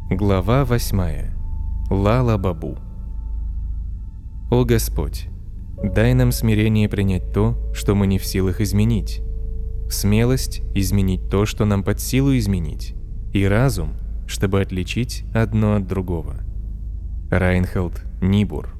Глава 8. Лала Бабу. О Господь, дай нам смирение принять то, что мы не в силах изменить, смелость изменить то, что нам под силу изменить, и разум, чтобы отличить одно от другого. Райнхольд Нибур.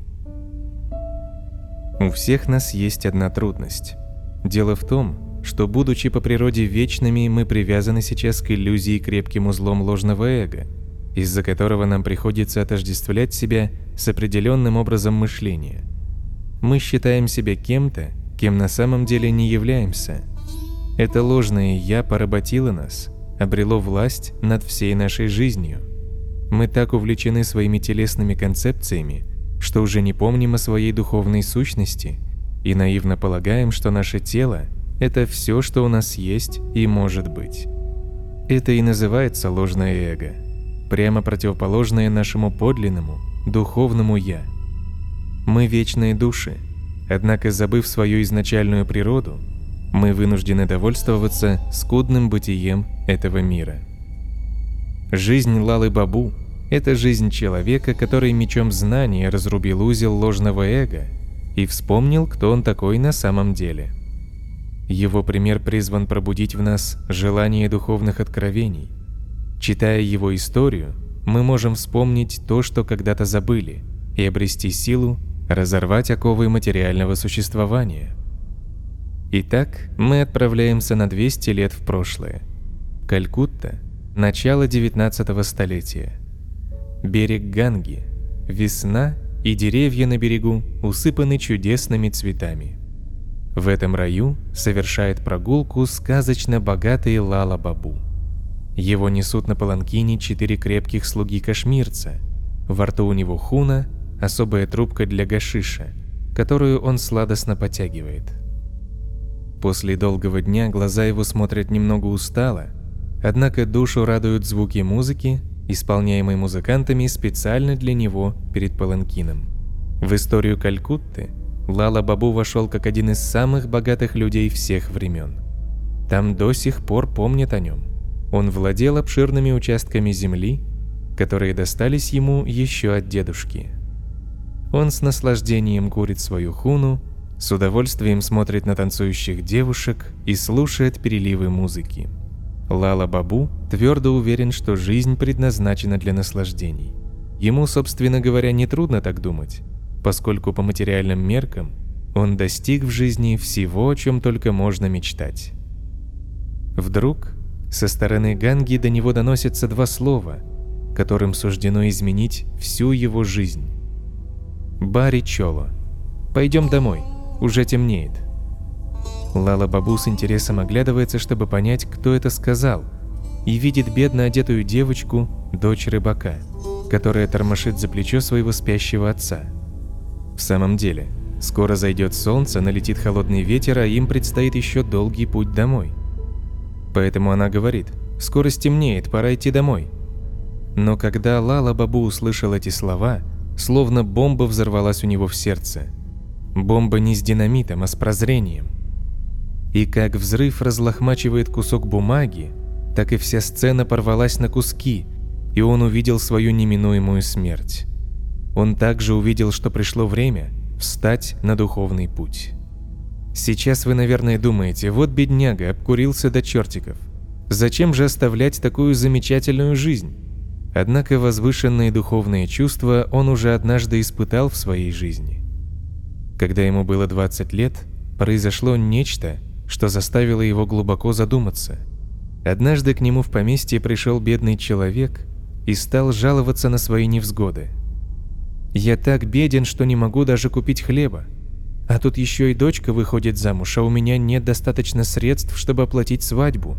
У всех нас есть одна трудность. Дело в том, что, будучи по природе вечными, мы привязаны сейчас к иллюзии крепким узлом ложного эго, из-за которого нам приходится отождествлять себя с определенным образом мышления. Мы считаем себя кем-то, кем на самом деле не являемся. Это ложное «я» поработило нас, обрело власть над всей нашей жизнью. Мы так увлечены своими телесными концепциями, что уже не помним о своей духовной сущности и наивно полагаем, что наше тело – это все, что у нас есть и может быть. Это и называется ложное эго, прямо противоположное нашему подлинному, духовному «я». Мы вечные души, однако, забыв свою изначальную природу, мы вынуждены довольствоваться скудным бытием этого мира. Жизнь Лалы Бабу – это жизнь человека, который мечом знания разрубил узел ложного эго и вспомнил, кто он такой на самом деле. Его пример призван пробудить в нас желание духовных откровений. Читая его историю, мы можем вспомнить то, что когда-то забыли, и обрести силу разорвать оковы материального существования. Итак, мы отправляемся на 200 лет в прошлое. Калькутта, начало 19 столетия. Берег Ганги, весна, и деревья на берегу усыпаны чудесными цветами. В этом раю совершает прогулку сказочно богатый Лала Бабу. Его несут на паланкине 4 крепких слуги-кашмирца. Во рту у него хуна, особая трубка для гашиша, которую он сладостно потягивает. После долгого дня глаза его смотрят немного устало, однако душу радуют звуки музыки, исполняемой музыкантами специально для него перед паланкином. В историю Калькутты Лала Бабу вошел как один из самых богатых людей всех времен. Там до сих пор помнят о нем. Он владел обширными участками земли, которые достались ему еще от дедушки. Он с наслаждением курит свою хуну, с удовольствием смотрит на танцующих девушек и слушает переливы музыки. Лала Бабу твердо уверен, что жизнь предназначена для наслаждений. Ему, собственно говоря, нетрудно так думать, поскольку по материальным меркам он достиг в жизни всего, о чем только можно мечтать. Вдруг со стороны Ганги до него доносятся 2 слова, которым суждено изменить всю его жизнь. «Бари Чоло, пойдем домой, уже темнеет». Лала Бабу с интересом оглядывается, чтобы понять, кто это сказал, и видит бедно одетую девочку, дочь рыбака, которая тормошит за плечо своего спящего отца. В самом деле, скоро зайдет солнце, налетит холодный ветер, а им предстоит еще долгий путь домой. Поэтому она говорит: «Скоро стемнеет, пора идти домой». Но когда Лала Бабу услышал эти слова, словно бомба взорвалась у него в сердце. Бомба не с динамитом, а с прозрением. И как взрыв разлохмачивает кусок бумаги, так и вся сцена порвалась на куски, и он увидел свою неминуемую смерть. Он также увидел, что пришло время встать на духовный путь. Сейчас вы, наверное, думаете: вот бедняга обкурился до чертиков. Зачем же оставлять такую замечательную жизнь? Однако возвышенные духовные чувства он уже однажды испытал в своей жизни. Когда ему было 20 лет, произошло нечто, что заставило его глубоко задуматься. Однажды к нему в поместье пришел бедный человек и стал жаловаться на свои невзгоды. «Я так беден, что не могу даже купить хлеба. А тут еще и дочка выходит замуж, а у меня нет достаточно средств, чтобы оплатить свадьбу».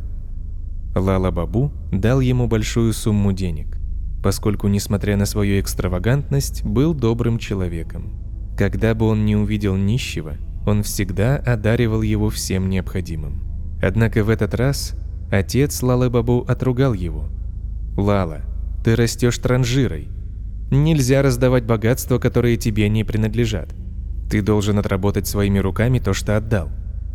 Лала Бабу дал ему большую сумму денег, поскольку, несмотря на свою экстравагантность, был добрым человеком. Когда бы он ни увидел нищего, он всегда одаривал его всем необходимым. Однако в этот раз отец Лалы Бабу отругал его. «Лала, ты растешь транжирой. Нельзя раздавать богатства, которые тебе не принадлежат. Ты должен отработать своими руками то, что отдал».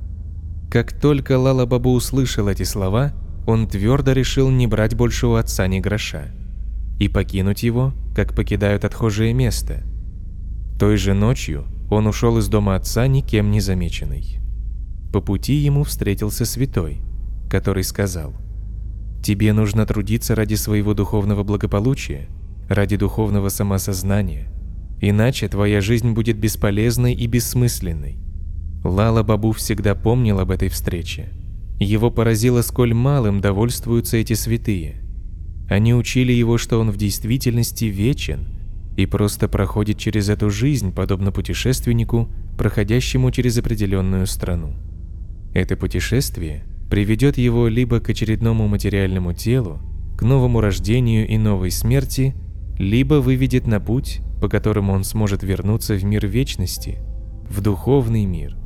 Как только Лала Бабу услышал эти слова, он твердо решил не брать больше у отца ни гроша. и покинуть его, как покидают отхожее место. Той же ночью он ушел из дома отца никем не замеченный. По пути ему встретился святой, который сказал: «Тебе нужно трудиться ради своего духовного благополучия, ради духовного самосознания, иначе твоя жизнь будет бесполезной и бессмысленной». Лала Бабу всегда помнил об этой встрече. Его поразило, сколь малым довольствуются эти святые. Они учили его, что он в действительности вечен и просто проходит через эту жизнь, подобно путешественнику, проходящему через определенную страну. Это путешествие приведет его либо к очередному материальному телу, к новому рождению и новой смерти, либо выведет на путь, по которому он сможет вернуться в мир вечности, в духовный мир.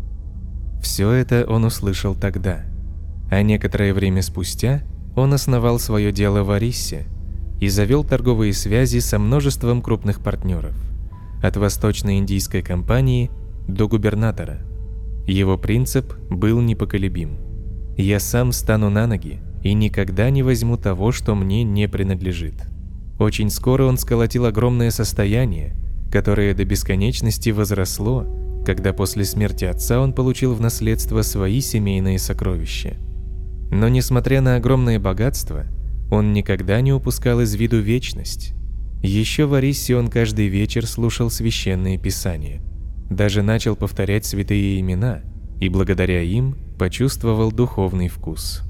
Все это он услышал тогда, а некоторое время спустя он основал свое дело в Ориссе и завел торговые связи со множеством крупных партнеров, от Восточной индийской компании до губернатора. Его принцип был непоколебим: «Я сам стану на ноги и никогда не возьму того, что мне не принадлежит». Очень скоро он сколотил огромное состояние, которое до бесконечности возросло, когда после смерти отца он получил в наследство свои семейные сокровища. Но несмотря на огромное богатство, он никогда не упускал из виду вечность. Еще в Ориссе он каждый вечер слушал священные писания, даже начал повторять святые имена и благодаря им почувствовал духовный вкус.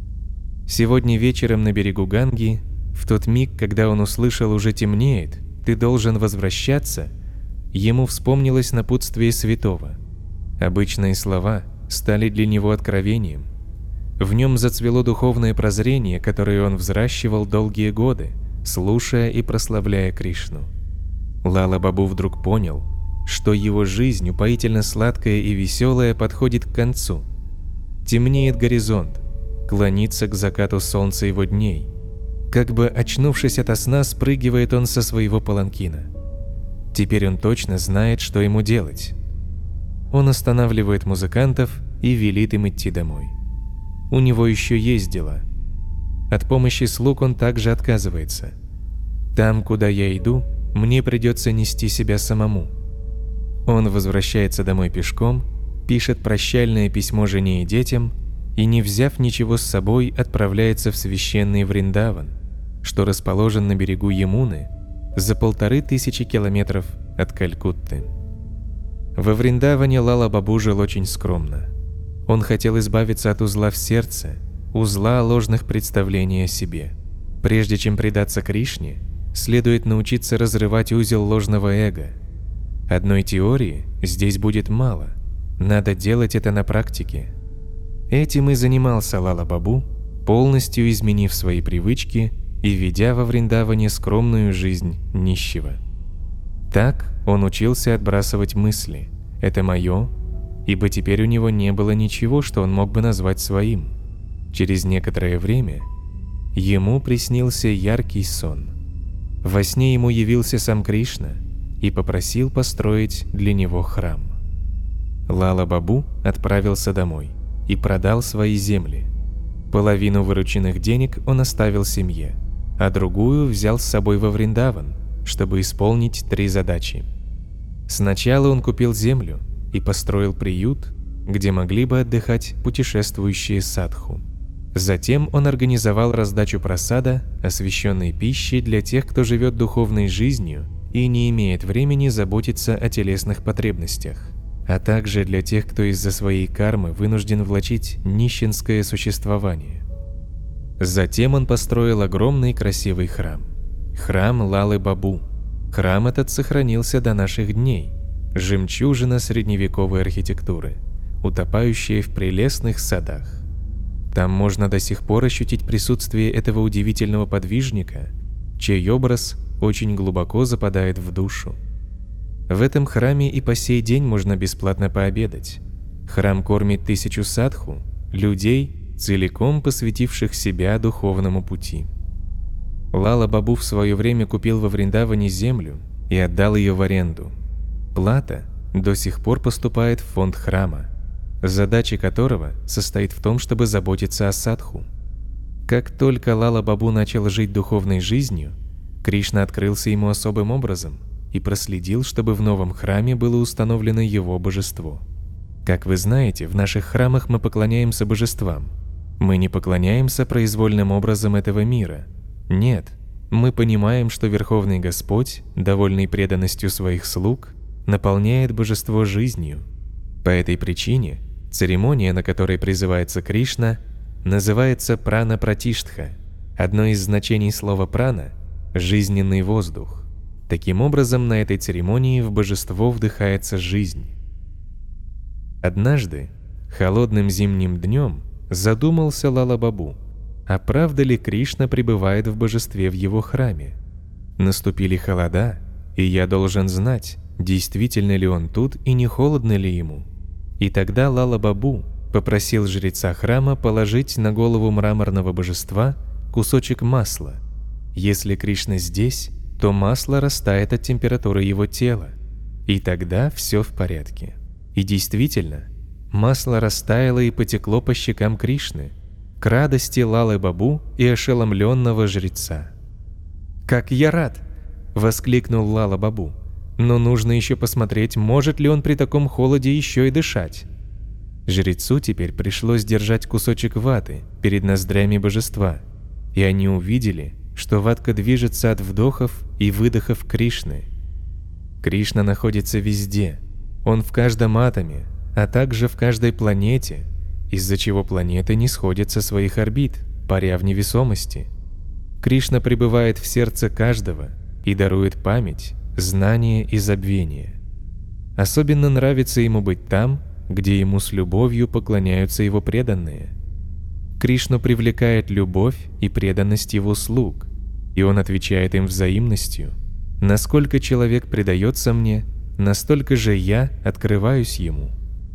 Сегодня вечером на берегу Ганги, в тот миг, когда он услышал «уже темнеет, ты должен возвращаться», ему вспомнилось напутствие святого. Обычные слова стали для него откровением. В нем зацвело духовное прозрение, которое он взращивал долгие годы, слушая и прославляя Кришну. Лала Бабу вдруг понял, что его жизнь, упоительно сладкая и веселая, подходит к концу. Темнеет горизонт, клонится к закату солнца его дней. Как бы очнувшись ото сна, спрыгивает он со своего паланкина. Теперь он точно знает, что ему делать. Он останавливает музыкантов и велит им идти домой. У него еще есть дела. От помощи слуг он также отказывается. Там, куда я иду, мне придется нести себя самому. Он возвращается домой пешком, пишет прощальное письмо жене и детям и, не взяв ничего с собой, отправляется в священный Вриндаван, что расположен на берегу Ямуны, за 1500 километров от Калькутты. Во Вриндаване Лала Бабу жил очень скромно. Он хотел избавиться от узла в сердце, узла ложных представлений о себе. Прежде чем предаться Кришне, следует научиться разрывать узел ложного эго. Одной теории здесь будет мало, надо делать это на практике. Этим и занимался Лала Бабу, полностью изменив свои привычки и ведя во Вриндаване скромную жизнь нищего. Так он учился отбрасывать мысли «это мое», ибо теперь у него не было ничего, что он мог бы назвать своим. Через некоторое время ему приснился яркий сон. Во сне ему явился сам Кришна и попросил построить для него храм. Лала Бабу отправился домой и продал свои земли. Половину вырученных денег он оставил семье, а другую взял с собой во Вриндаван, чтобы исполнить 3 задачи. Сначала он купил землю и построил приют, где могли бы отдыхать путешествующие садху. Затем он организовал раздачу прасада, освященной пищи для тех, кто живет духовной жизнью и не имеет времени заботиться о телесных потребностях, а также для тех, кто из-за своей кармы вынужден влачить нищенское существование. Затем он построил огромный красивый храм. Храм Лалы Бабу. Храм этот сохранился до наших дней. Жемчужина средневековой архитектуры, утопающая в прелестных садах. Там можно до сих пор ощутить присутствие этого удивительного подвижника, чей образ очень глубоко западает в душу. В этом храме и по сей день можно бесплатно пообедать. Храм кормит 1000 садху, людей, целиком посвятивших себя духовному пути. Лала Бабу в свое время купил во Вриндаване землю и отдал ее в аренду. Плата до сих пор поступает в фонд храма, задача которого состоит в том, чтобы заботиться о садху. Как только Лала Бабу начал жить духовной жизнью, Кришна открылся ему особым образом и проследил, чтобы в новом храме было установлено его божество. Как вы знаете, в наших храмах мы поклоняемся божествам. Мы не поклоняемся произвольным образом этого мира. Нет, мы понимаем, что Верховный Господь, довольный преданностью своих слуг, наполняет божество жизнью. По этой причине церемония, на которой призывается Кришна, называется прана-пратиштха. Одно из значений слова «прана» – жизненный воздух. Таким образом, на этой церемонии в божество вдыхается жизнь. Однажды, холодным зимним днем, задумался Лала Бабу, а правда ли Кришна пребывает в божестве в его храме? Наступили холода, и я должен знать, действительно ли он тут и не холодно ли ему. И тогда Лала Бабу попросил жреца храма положить на голову мраморного божества кусочек масла. Если Кришна здесь, то масло растает от температуры его тела, и тогда все в порядке. И действительно, масло растаяло и потекло по щекам Кришны, к радости Лалы Бабу и ошеломленного жреца. «Как я рад!» – воскликнул Лала Бабу. «Но нужно еще посмотреть, может ли он при таком холоде еще и дышать». Жрецу теперь пришлось держать кусочек ваты перед ноздрями божества, и они увидели, что ватка движется от вдохов и выдохов Кришны. Кришна находится везде, он в каждом атоме, а также в каждой планете, из-за чего планеты не сходят со своих орбит, паря в невесомости. Кришна пребывает в сердце каждого и дарует память, знание и забвение. Особенно нравится ему быть там, где ему с любовью поклоняются его преданные. Кришну привлекает любовь и преданность его слуг, и он отвечает им взаимностью. Насколько человек предается мне, настолько же я открываюсь ему.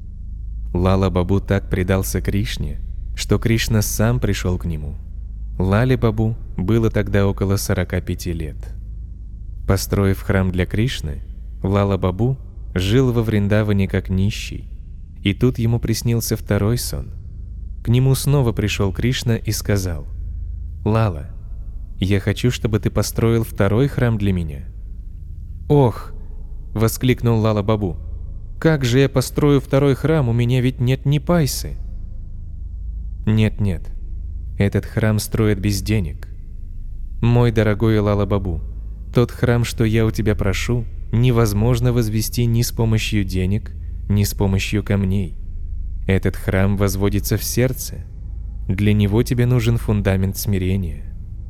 Лала Бабу так предался Кришне, что Кришна сам пришел к нему. Лале Бабу было тогда около 45 лет. Построив храм для Кришны, Лала Бабу жил во Вриндаване как нищий. И тут ему приснился второй сон. К нему снова пришел Кришна и сказал: «Лала, я хочу, чтобы ты построил второй храм для меня». «Ох!» – воскликнул Лала Бабу. «Как же я построю второй храм, у меня ведь нет ни пайсы». «Нет-нет, этот храм строят без денег. Мой дорогой Лала Бабу, тот храм, что я у тебя прошу, невозможно возвести ни с помощью денег, ни с помощью камней. Этот храм возводится в сердце. Для него тебе нужен фундамент смирения».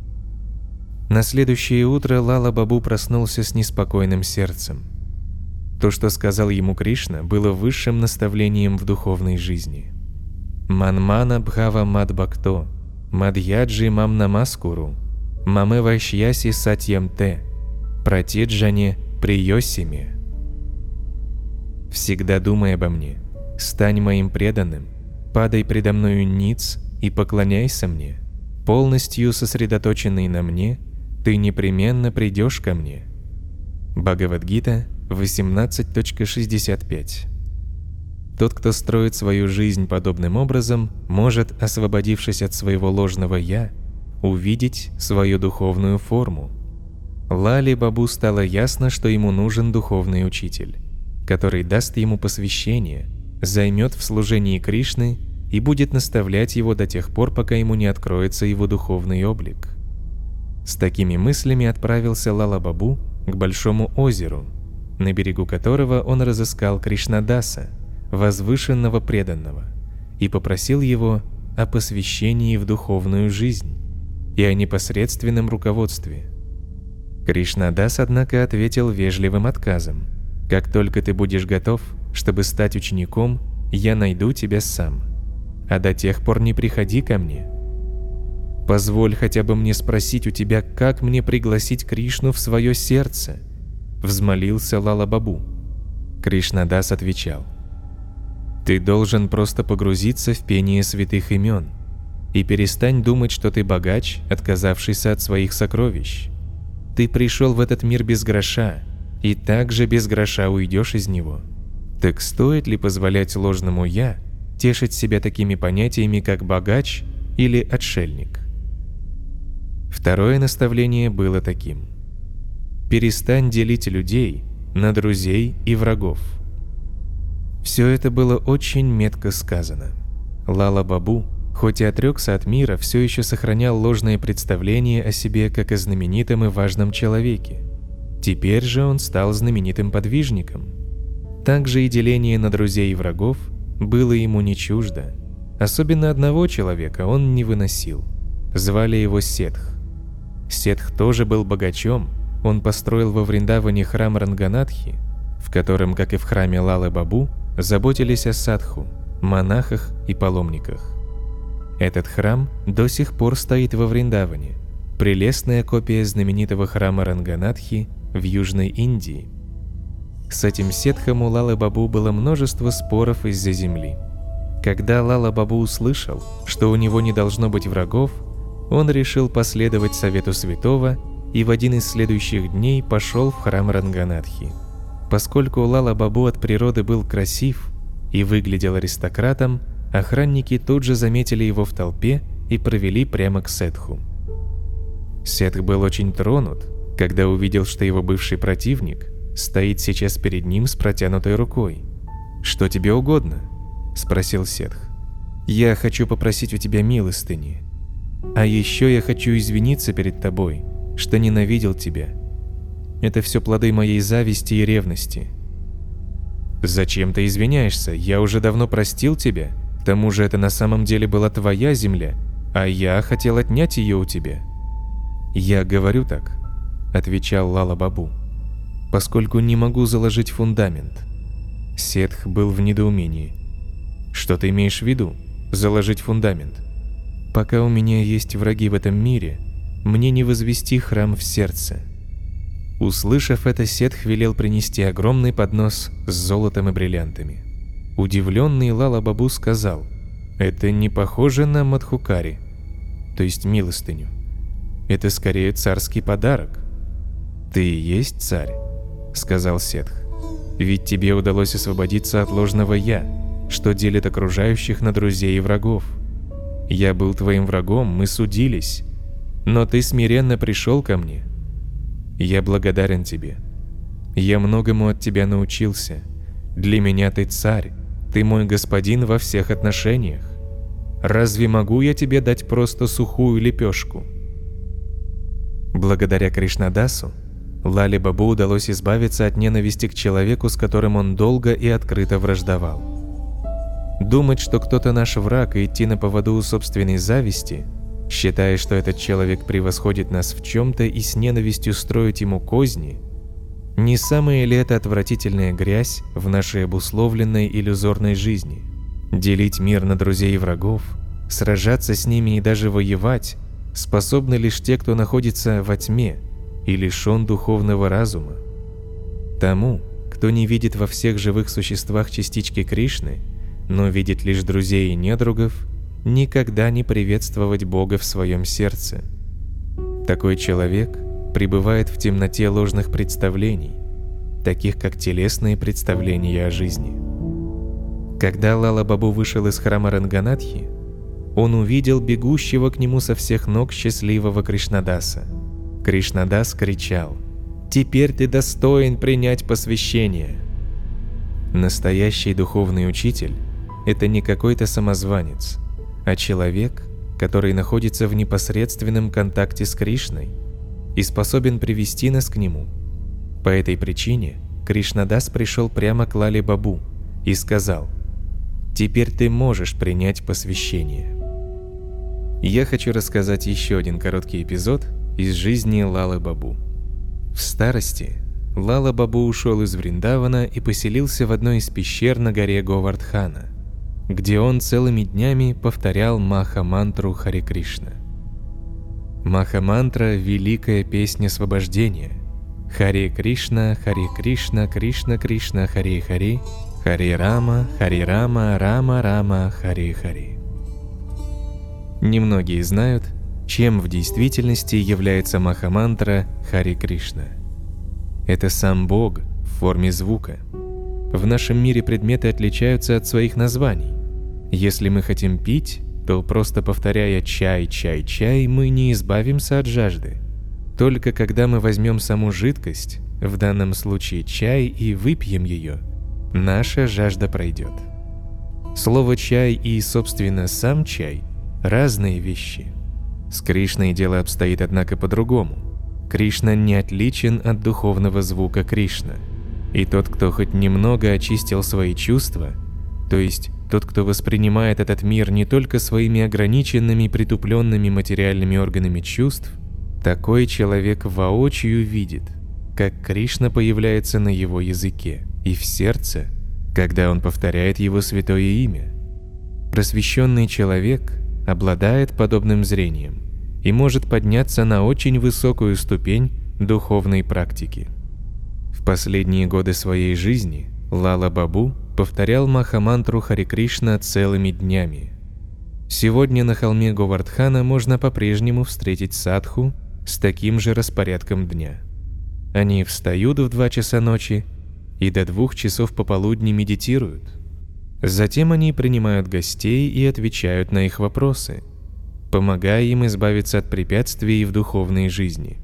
На следующее утро Лала Бабу проснулся с неспокойным сердцем. То, что сказал ему Кришна, было высшим наставлением в духовной жизни. «Манмана бхава мадбхакто, мадьяджи мам намаскуру, маме вайшьяси сатьям те, пратиджане приёсиме». «Всегда думай обо мне, стань моим преданным, падай предо мною ниц и поклоняйся мне. Полностью сосредоточенный на мне, ты непременно придешь ко мне». Бхагавад-гита 18.65. Тот, кто строит свою жизнь подобным образом, может, освободившись от своего ложного «я», увидеть свою духовную форму. Лале Бабу стало ясно, что ему нужен духовный учитель, который даст ему посвящение, займет в служении Кришны и будет наставлять его до тех пор, пока ему не откроется его духовный облик. С такими мыслями отправился Лала Бабу к большому озеру, на берегу которого он разыскал Кришнадаса, возвышенного преданного, и попросил его о посвящении в духовную жизнь и о непосредственном руководстве. Кришнадас, однако, ответил вежливым отказом: «Как только ты будешь готов, чтобы стать учеником, я найду тебя сам, а до тех пор не приходи ко мне. Позволь хотя бы мне спросить у тебя, как мне пригласить Кришну в свое сердце», — взмолился Лала Бабу. Кришнадас отвечал: «Ты должен просто погрузиться в пение святых имен и перестань думать, что ты богач, отказавшийся от своих сокровищ. Ты пришел в этот мир без гроша, и также без гроша уйдешь из него. Так стоит ли позволять ложному «я» тешить себя такими понятиями, как богач или отшельник?» Второе наставление было таким: Перестань делить людей на друзей и врагов. Все это было очень метко сказано. Лала Бабу, хоть и отрекся от мира, все еще сохранял ложное представление о себе как о знаменитом и важном человеке. Теперь же он стал знаменитым подвижником. Также и деление на друзей и врагов было ему не чуждо. Особенно одного человека он не выносил. Звали его Сетх. Сетх тоже был богачом. Он построил во Вриндаване храм Ранганатхи, в котором, как и в храме Лалы Бабу, заботились о садху, монахах и паломниках. Этот храм до сих пор стоит во Вриндаване, прелестная копия знаменитого храма Ранганатхи в Южной Индии. С этим Сетхом у Лалы Бабу было множество споров из-за земли. Когда Лала Бабу услышал, что у него не должно быть врагов, он решил последовать совету святого и в один из следующих дней пошел в храм Ранганатхи. Поскольку Лала Бабу от природы был красив и выглядел аристократом, охранники тут же заметили его в толпе и провели прямо к Сетху. Сетх был очень тронут, когда увидел, что его бывший противник стоит сейчас перед ним с протянутой рукой. «Что тебе угодно?» – спросил Сетх. «Я хочу попросить у тебя милостыни. А еще я хочу извиниться перед тобой, что ненавидел тебя. Это все плоды моей зависти и ревности». «Зачем ты извиняешься? Я уже давно простил тебя. К тому же это на самом деле была твоя земля, а я хотел отнять ее у тебя». «Я говорю так», — отвечал Лала Бабу, «поскольку не могу заложить фундамент». Сетх был в недоумении. «Что ты имеешь в виду? Заложить фундамент?» «Пока у меня есть враги в этом мире, мне не возвести храм в сердце». Услышав это, Сетх велел принести огромный поднос с золотом и бриллиантами. Удивленный Лала Бабу сказал: «Это не похоже на Мадхукари, то есть милостыню. Это скорее царский подарок». «Ты и есть царь», — сказал Сетх. «Ведь тебе удалось освободиться от ложного «я», что делит окружающих на друзей и врагов. Я был твоим врагом, мы судились, но ты смиренно пришел ко мне. Я благодарен тебе. Я многому от тебя научился. Для меня ты царь, ты мой господин во всех отношениях. Разве могу я тебе дать просто сухую лепешку?» Благодаря Кришнадасу Лале Бабу удалось избавиться от ненависти к человеку, с которым он долго и открыто враждовал. Думать, что кто-то наш враг, и идти на поводу у собственной зависти, считая, что этот человек превосходит нас в чем-то, и с ненавистью строить ему козни, не самая ли это отвратительная грязь в нашей обусловленной иллюзорной жизни? Делить мир на друзей и врагов, сражаться с ними и даже воевать способны лишь те, кто находится во тьме и лишен духовного разума. Тому, кто не видит во всех живых существах частички Кришны, но видит лишь друзей и недругов, никогда не приветствовать Бога в своем сердце. Такой человек пребывает в темноте ложных представлений, таких как телесные представления о жизни. Когда Лала Бабу вышел из храма Ранганатхи, он увидел бегущего к нему со всех ног счастливого Кришнадаса. Кришнадас кричал: «Теперь ты достоин принять посвящение». Настоящий духовный учитель – это не какой-то самозванец, а человек, который находится в непосредственном контакте с Кришной и способен привести нас к нему. По этой причине Кришнадас пришел прямо к Лале Бабу и сказал: «Теперь ты можешь принять посвящение». Я хочу рассказать еще один короткий эпизод из жизни Лалы Бабу. В старости Лала Бабу ушел из Вриндавана и поселился в одной из пещер на горе Говардхана, где он целыми днями повторял Маха-мантру Харе Кришна. Маха-мантра – великая песня освобождения. Харе Кришна, Кришна Кришна, Харе Харе, Харе Рама, Рама Рама, Харе Харе. Немногие знают, чем в действительности является Маха-мантра Харе Кришна. Это сам Бог в форме звука. В нашем мире предметы отличаются от своих названий. Если мы хотим пить, то просто повторяя «чай, чай, чай» мы не избавимся от жажды. Только когда мы возьмем саму жидкость, в данном случае чай, и выпьем ее, наша жажда пройдет. Слово «чай» и, собственно, сам чай – разные вещи. С Кришной дело обстоит, однако, по-другому. Кришна не отличен от духовного звука Кришна. И тот, кто хоть немного очистил свои чувства, то есть тот, кто воспринимает этот мир не только своими ограниченными, притупленными материальными органами чувств, такой человек воочию видит, как Кришна появляется на его языке и в сердце, когда он повторяет его святое имя. Просвещенный человек обладает подобным зрением и может подняться на очень высокую ступень духовной практики. В последние годы своей жизни Лала Бабу повторял Махамантру Харе Кришна целыми днями. Сегодня на холме Говардхана можно по-прежнему встретить садху с таким же распорядком дня. Они встают в 2 часа ночи и до 2 часов пополудни медитируют. Затем они принимают гостей и отвечают на их вопросы, помогая им избавиться от препятствий в духовной жизни.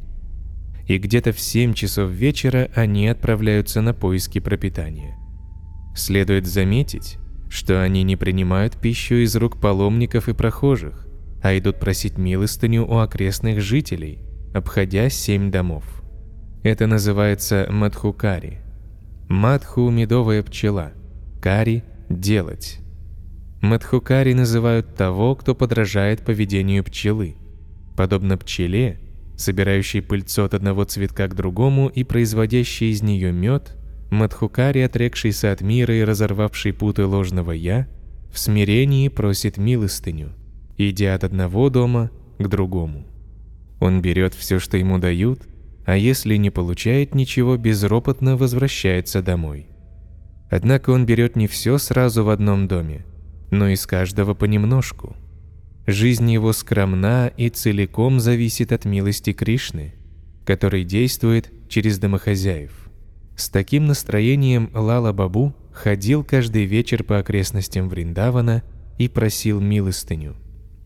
И где-то в 7 часов вечера они отправляются на поиски пропитания. Следует заметить, что они не принимают пищу из рук паломников и прохожих, а идут просить милостыню у окрестных жителей, обходя 7 домов. Это называется мадхукари. Мадху – медовая пчела, кари – делать. Мадхукари называют того, кто подражает поведению пчелы. Подобно пчеле, собирающей пыльцу от одного цветка к другому и производящей из нее мед, Мадхукари, отрекшийся от мира и разорвавший путы ложного «я», в смирении просит милостыню, идя от одного дома к другому. Он берет все, что ему дают, а если не получает ничего, безропотно возвращается домой. Однако он берет не все сразу в одном доме, но из каждого понемножку. Жизнь его скромна и целиком зависит от милости Кришны, который действует через домохозяев. С таким настроением Лала Бабу ходил каждый вечер по окрестностям Вриндавана и просил милостыню.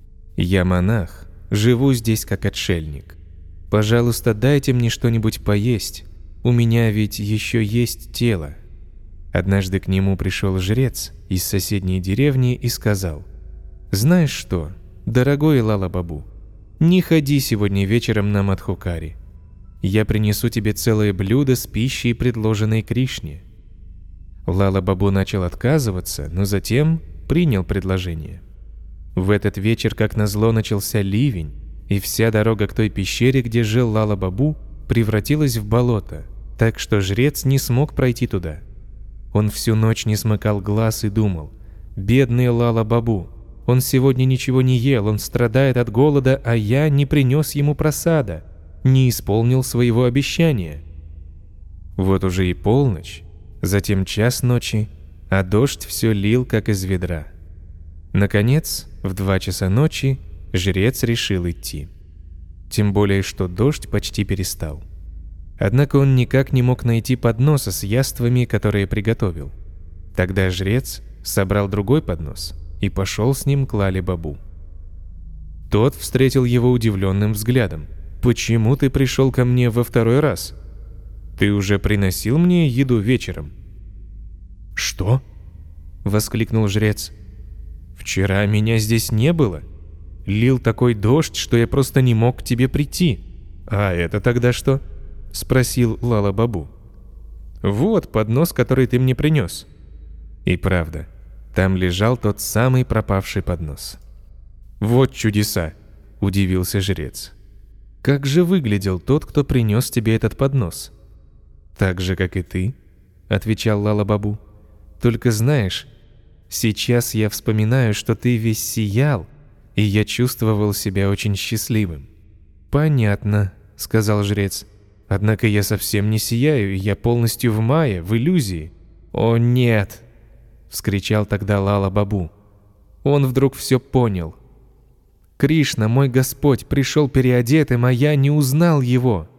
«Я монах, живу здесь как отшельник. Пожалуйста, дайте мне что-нибудь поесть, у меня ведь еще есть тело». Однажды к нему пришел жрец из соседней деревни и сказал: «Знаешь что, дорогой Лала Бабу, не ходи сегодня вечером на Мадхукари. Я принесу тебе целое блюдо с пищей, предложенной Кришне». Лала Бабу начал отказываться, но затем принял предложение. В этот вечер, как назло, начался ливень, и вся дорога к той пещере, где жил Лала Бабу, превратилась в болото, так что жрец не смог пройти туда. Он всю ночь не смыкал глаз и думал: «Бедный Лала Бабу, он сегодня ничего не ел, он страдает от голода, а я не принес ему просада, не исполнил своего обещания». Вот уже и полночь, затем час ночи, а дождь все лил, как из ведра. Наконец, в 2 часа ночи жрец решил идти. Тем более, что дождь почти перестал. Однако он никак не мог найти подноса с яствами, которые приготовил. Тогда жрец собрал другой поднос и пошел с ним к Лале Бабу. Тот встретил его удивленным взглядом. «Почему ты пришел ко мне во 2-й раз? Ты уже приносил мне еду вечером». «Что?» — воскликнул жрец. «Вчера меня здесь не было. Лил такой дождь, что я просто не мог к тебе прийти. А это тогда что?» — спросил Лала Бабу. «Вот поднос, который ты мне принес». И правда, там лежал тот самый пропавший поднос. «Вот чудеса!» — удивился жрец. «Как же выглядел тот, кто принес тебе этот поднос?» «Так же, как и ты», — отвечал Лала Бабу. «Только знаешь, сейчас я вспоминаю, что ты весь сиял, и я чувствовал себя очень счастливым». «Понятно», — сказал жрец. «Однако я совсем не сияю, я полностью в мае, в иллюзии». «О нет!» — вскричал тогда Лала Бабу. Он вдруг все понял. «Кришна, мой Господь, пришел переодетым, а я не узнал его».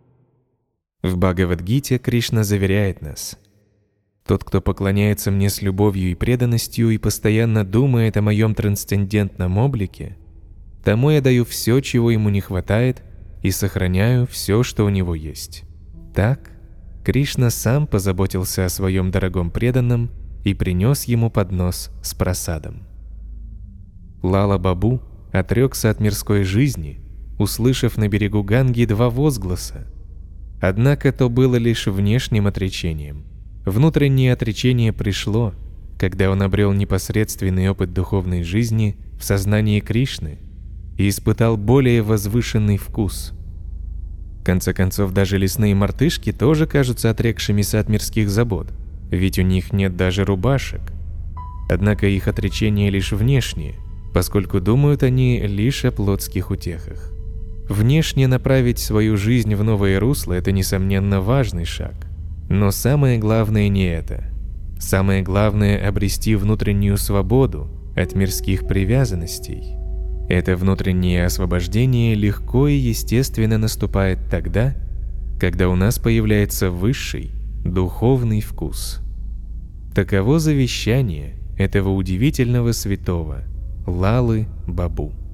В Бхагавад-гите Кришна заверяет нас: «Тот, кто поклоняется мне с любовью и преданностью и постоянно думает о моем трансцендентном облике, тому я даю все, чего ему не хватает, и сохраняю все, что у него есть. Так Кришна сам позаботился о своем дорогом преданном и принес ему поднос с прасадом. Лала Бабу отрекся от мирской жизни, услышав на берегу Ганги 2 возгласа. Однако то было лишь внешним отречением. Внутреннее отречение пришло, когда он обрел непосредственный опыт духовной жизни в сознании Кришны и испытал более возвышенный вкус. В конце концов, даже лесные мартышки тоже кажутся отрекшимися от мирских забот, ведь у них нет даже рубашек. Однако их отречение лишь внешнее, поскольку думают они лишь о плотских утехах. Внешне направить свою жизнь в новое русло – это, несомненно, важный шаг. Но самое главное не это. Самое главное – обрести внутреннюю свободу от мирских привязанностей. Это внутреннее освобождение легко и естественно наступает тогда, когда у нас появляется высший, духовный вкус. Таково завещание этого удивительного святого Лалы Бабу.